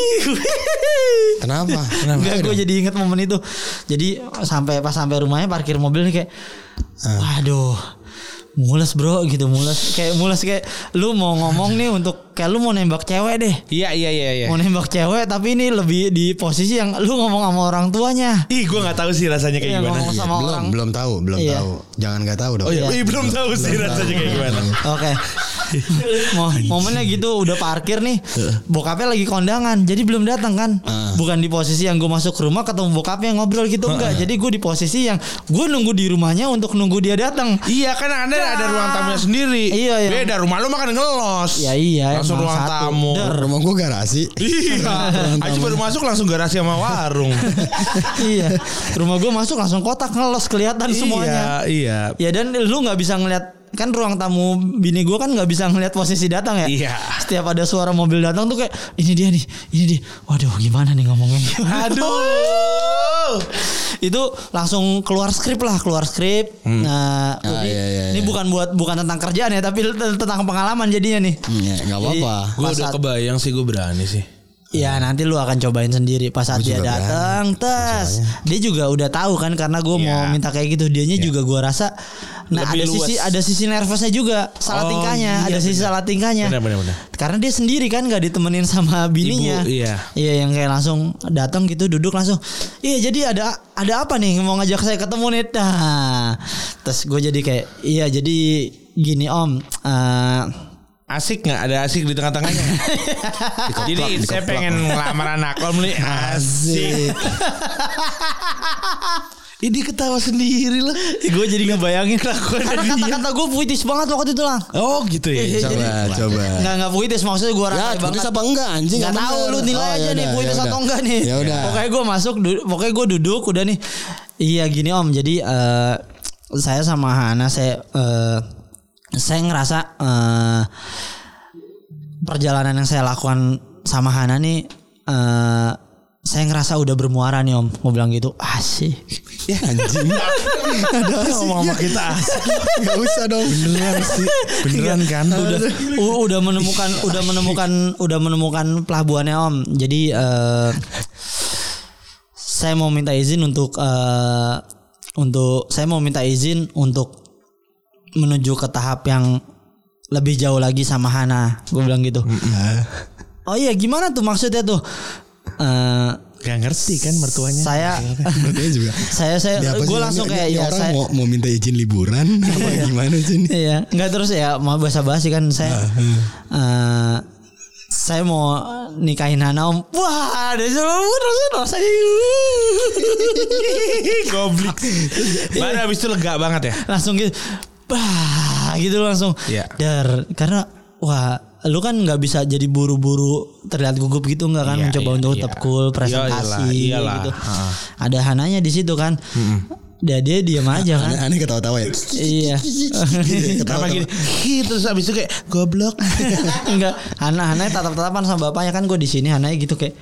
Kenapa? Enggak, gue jadi inget momen itu. Jadi pas sampai rumahnya parkir mobil nih kayak waduh, mules bro gitu, mules kayak lu mau ngomong nih untuk kayak lu mau nembak cewek deh. Iya. Mau nembak cewek tapi ini lebih di posisi yang lu ngomong sama orang tuanya. Ih, gue nggak tahu sih rasanya kayak gimana. Belum tahu. Jangan nggak tahu dong. Belum tahu sih rasanya kayak gimana. Oke. Momennya gitu udah parkir nih, bokapnya lagi kondangan, jadi belum datang kan. Bukan di posisi yang gue masuk ke rumah ketemu bokapnya ngobrol gitu, enggak. Jadi gue di posisi yang gue nunggu di rumahnya untuk nunggu dia datang. Iya kan, Anda ada ruang tamunya sendiri. Iya. Beda, rumah lu makan ngelos. Ya iya. Langsung ruang tamu. Rumah gue garasi. Iya. Aji baru masuk langsung garasi sama warung. Iya. Rumah gue masuk langsung kotak ngelos kelihatan semuanya. Iya. Ya dan lu nggak bisa ngeliat, kan ruang tamu bini gue kan nggak bisa ngeliat posisi datang ya. Iya. Setiap ada suara mobil datang tuh kayak ini dia. Waduh, gimana nih ngomongnya? Aduh. Itu langsung keluar skrip. Nah, ini bukan tentang kerjaan ya, tapi tentang pengalaman jadinya nih. Nggak apa-apa. Gue udah kebayang sih, gue berani sih. Ya nanti lu akan cobain sendiri pas saat dia datang. Dia juga udah tahu kan, karena gue mau minta kayak gitu. Dianya juga gue rasa. Nah ada sisi nervousnya juga, salah tingkahnya. Ada sisi salah tingkahnya. Benar. Karena dia sendiri kan nggak ditemenin sama bininya. Ibu, iya yang kayak langsung datang gitu, duduk langsung. Iya jadi ada apa nih mau ngajak saya ketemu nih. Nah, terus gue jadi kayak jadi gini om. Asik nggak? Ada asik di tengah-tengahnya. Jadi saya pengen ngelamar anak om nih. Asik. Ini ketawa sendiri lah. Gue jadi ngebayangin karena kata-kata gue puitis banget waktu itu lah. Oh gitu ya. Coba. Nggak puitis, maksudnya gue rasa banget. Puitis apa enggak anjing? Nggak tahu, lu nilai aja nih puitis atau enggak nih. Pokoknya gue masuk, pokoknya gue duduk udah nih. Iya gini om. Jadi saya sama Hana saya ngerasa perjalanan yang saya lakukan sama Hana nih, saya ngerasa udah bermuara nih om. Mau bilang gitu, asik. Ya anjing. Ada asik. Mama kita asik. Gak usah dong. Beneran kan? Udah menemukan pelabuhannya om. Jadi saya mau minta izin untuk menuju ke tahap yang lebih jauh lagi sama Hana. Gue bilang gitu. Oh iya, gimana tuh maksudnya tuh? Gak ngerti kan mertuanya. Mertuanya juga. Gue langsung kayak orang mau minta izin liburan apa gimana sih ini? Iya, nggak terus ya mau basa-basi kan saya. Saya mau nikahin Hana om. Wah, ada rasanya. Goblok. Baru habis itu lega banget ya. Langsung gitu. Bah, gitu langsung. Karena wah, lu kan nggak bisa jadi buru-buru terlihat gugup gitu, nggak kan? Mencoba untuk tetap cool, presentasi gitu. Ada Hananya di situ kan. Dia diam aja kan. Aneh ketawa-tawa ya. Iya. Kenapa gini? Terus abis itu kayak goblok. Enggak, Hana tatap-tatapan sama bapaknya kan. Gue di sini Hana gitu kayak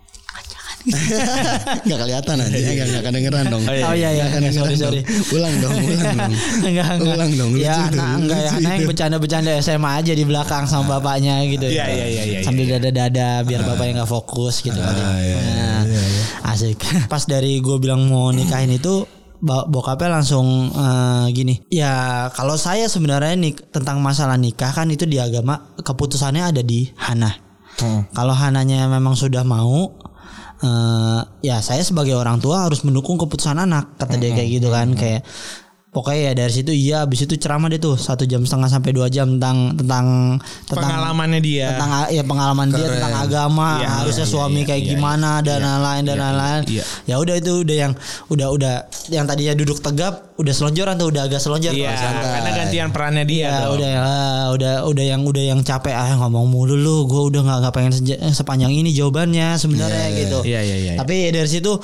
nggak kelihatan aja, nggak kedengeran dong. Oh iya sorry. Ulang dong. Enggak. Ulang dong. Ya enggak yang bercanda SMA aja di belakang sama bapaknya gitu. Iya. Sambil dada biar bapaknya nggak fokus gitu. Asik. Pas dari gue bilang mau nikahin itu, bokapnya langsung gini. Ya kalau saya sebenarnya nih tentang masalah nikah kan itu di agama keputusannya ada di Hana. Kalau Hananya memang sudah mau, ya saya sebagai orang tua harus mendukung keputusan anak, kata dia kayak gitu kan. Kayak pokoknya ya dari situ abis itu ceramah dia tuh 1,5 jam sampai 2 jam tentang pengalamannya dia, tentang pengalaman dia tentang agama, harusnya suami kayak gimana dan lain-lain. Ya udah itu udah yang tadinya duduk tegap udah selonjoran tuh, udah agak selonjor. Karena gantian perannya dia. Udah yang capek ngomong mulu lu, gue udah nggak pengen sepanjang ini jawabannya sebenarnya gitu. Tapi dari situ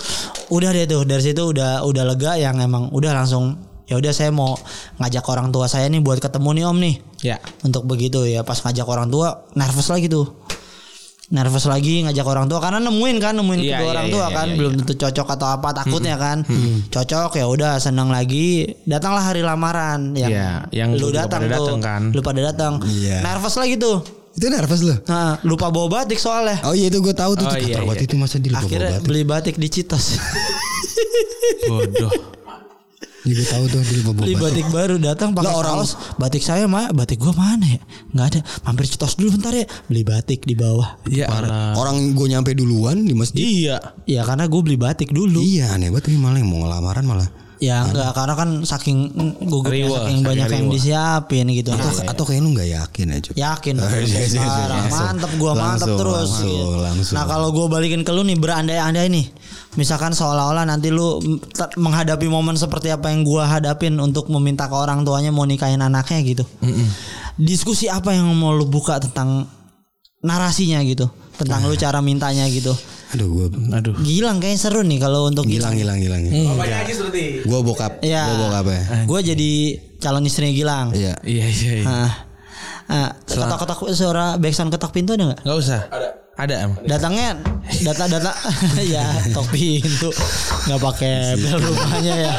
udah lega, yang emang udah langsung. Ya udah saya mau ngajak orang tua saya nih buat ketemu nih om nih. Untuk begitu ya, pas ngajak orang tua nervous lagi ngajak orang tua karena nemuin kedua orang tua kan. Belum tentu cocok atau apa, takutnya kan. Cocok ya udah, senang lagi. Datanglah hari lamaran yang lu datang tuh kan. Lu pada datang. Nervous lagi tuh. Itu nervous loh. Nah, lupa bawa batik soalnya. Oh iya itu gue tahu tuh. Itu masa dia lupa bawa batik. Akhirnya beli batik di Citos. Bodoh. Gue tahu tuh beli batik baru datang pakai kaos. Batik saya batik gua mana ya? Nggak ada. Mampir Citos dulu bentar ya. Beli batik di bawah. Iya. Orang gue nyampe duluan di masjid. Iya. Ya karena gue beli batik dulu. Iya aneh banget ini malah yang mau ngelamaran malah. Ya enggak, karena kan saking gugupnya saking banyak yang disiapin gitu. Atau kayak lu gak yakin aja? Yakin. Mantep gue mantep terus. Langsung. Nah kalau gue balikin ke lu nih berandai-andai nih. Misalkan seolah-olah nanti lu menghadapi momen seperti apa yang gue hadapin untuk meminta ke orang tuanya mau nikahin anaknya gitu. Diskusi apa yang mau lu buka tentang narasinya gitu, tentang lu cara mintanya gitu. Aduh. Gilang kayaknya seru nih kalau untuk Gilang. Bapaknya Ajis berarti. Gue bokap. Iya. Gue bokap ya. Gue jadi calon istrinya Gilang. Iya. Ketok-ketok suara backsound ketok pintu ada nggak? Nggak usah. Ada emang. Datangnya data ya ketok pintu nggak pakai bel rumahnya ya.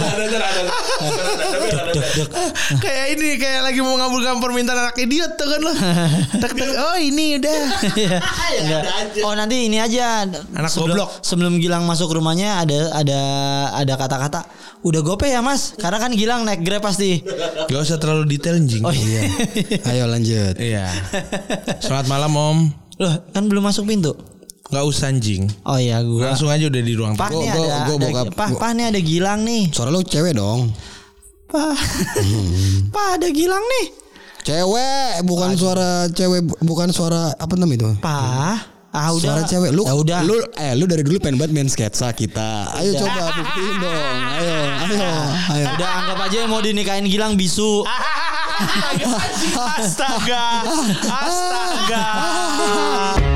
Kayak ini kayak lagi mau ngabulkan permintaan anak idiot tuh kan lo. Oh ini udah. Oh nanti ini aja. Anak goblok. Sebelum Gilang masuk rumahnya ada kata-kata udah gope ya mas. Karena kan Gilang naik Grab pasti. Gak usah terlalu detail anjing. Oh iya. Ayo lanjut. Iya. Selamat malam om. Loh kan belum masuk pintu. Gak usah anjing. Oh iya gue. Langsung aja udah di ruang Pak nih ada nih ada Gilang nih. Suara lu cewek dong. Pak ada Gilang nih. Cewek bukan suara cewek, bukan suara apa namanya itu? Pak. Udah. Suara cewek. Lu udah. Lu dari dulu pengen banget main sketsa kita. Ayo coba buktiin dong. Ayo. Udah anggap aja yang mau dinikahin Gilang bisu. Astaga.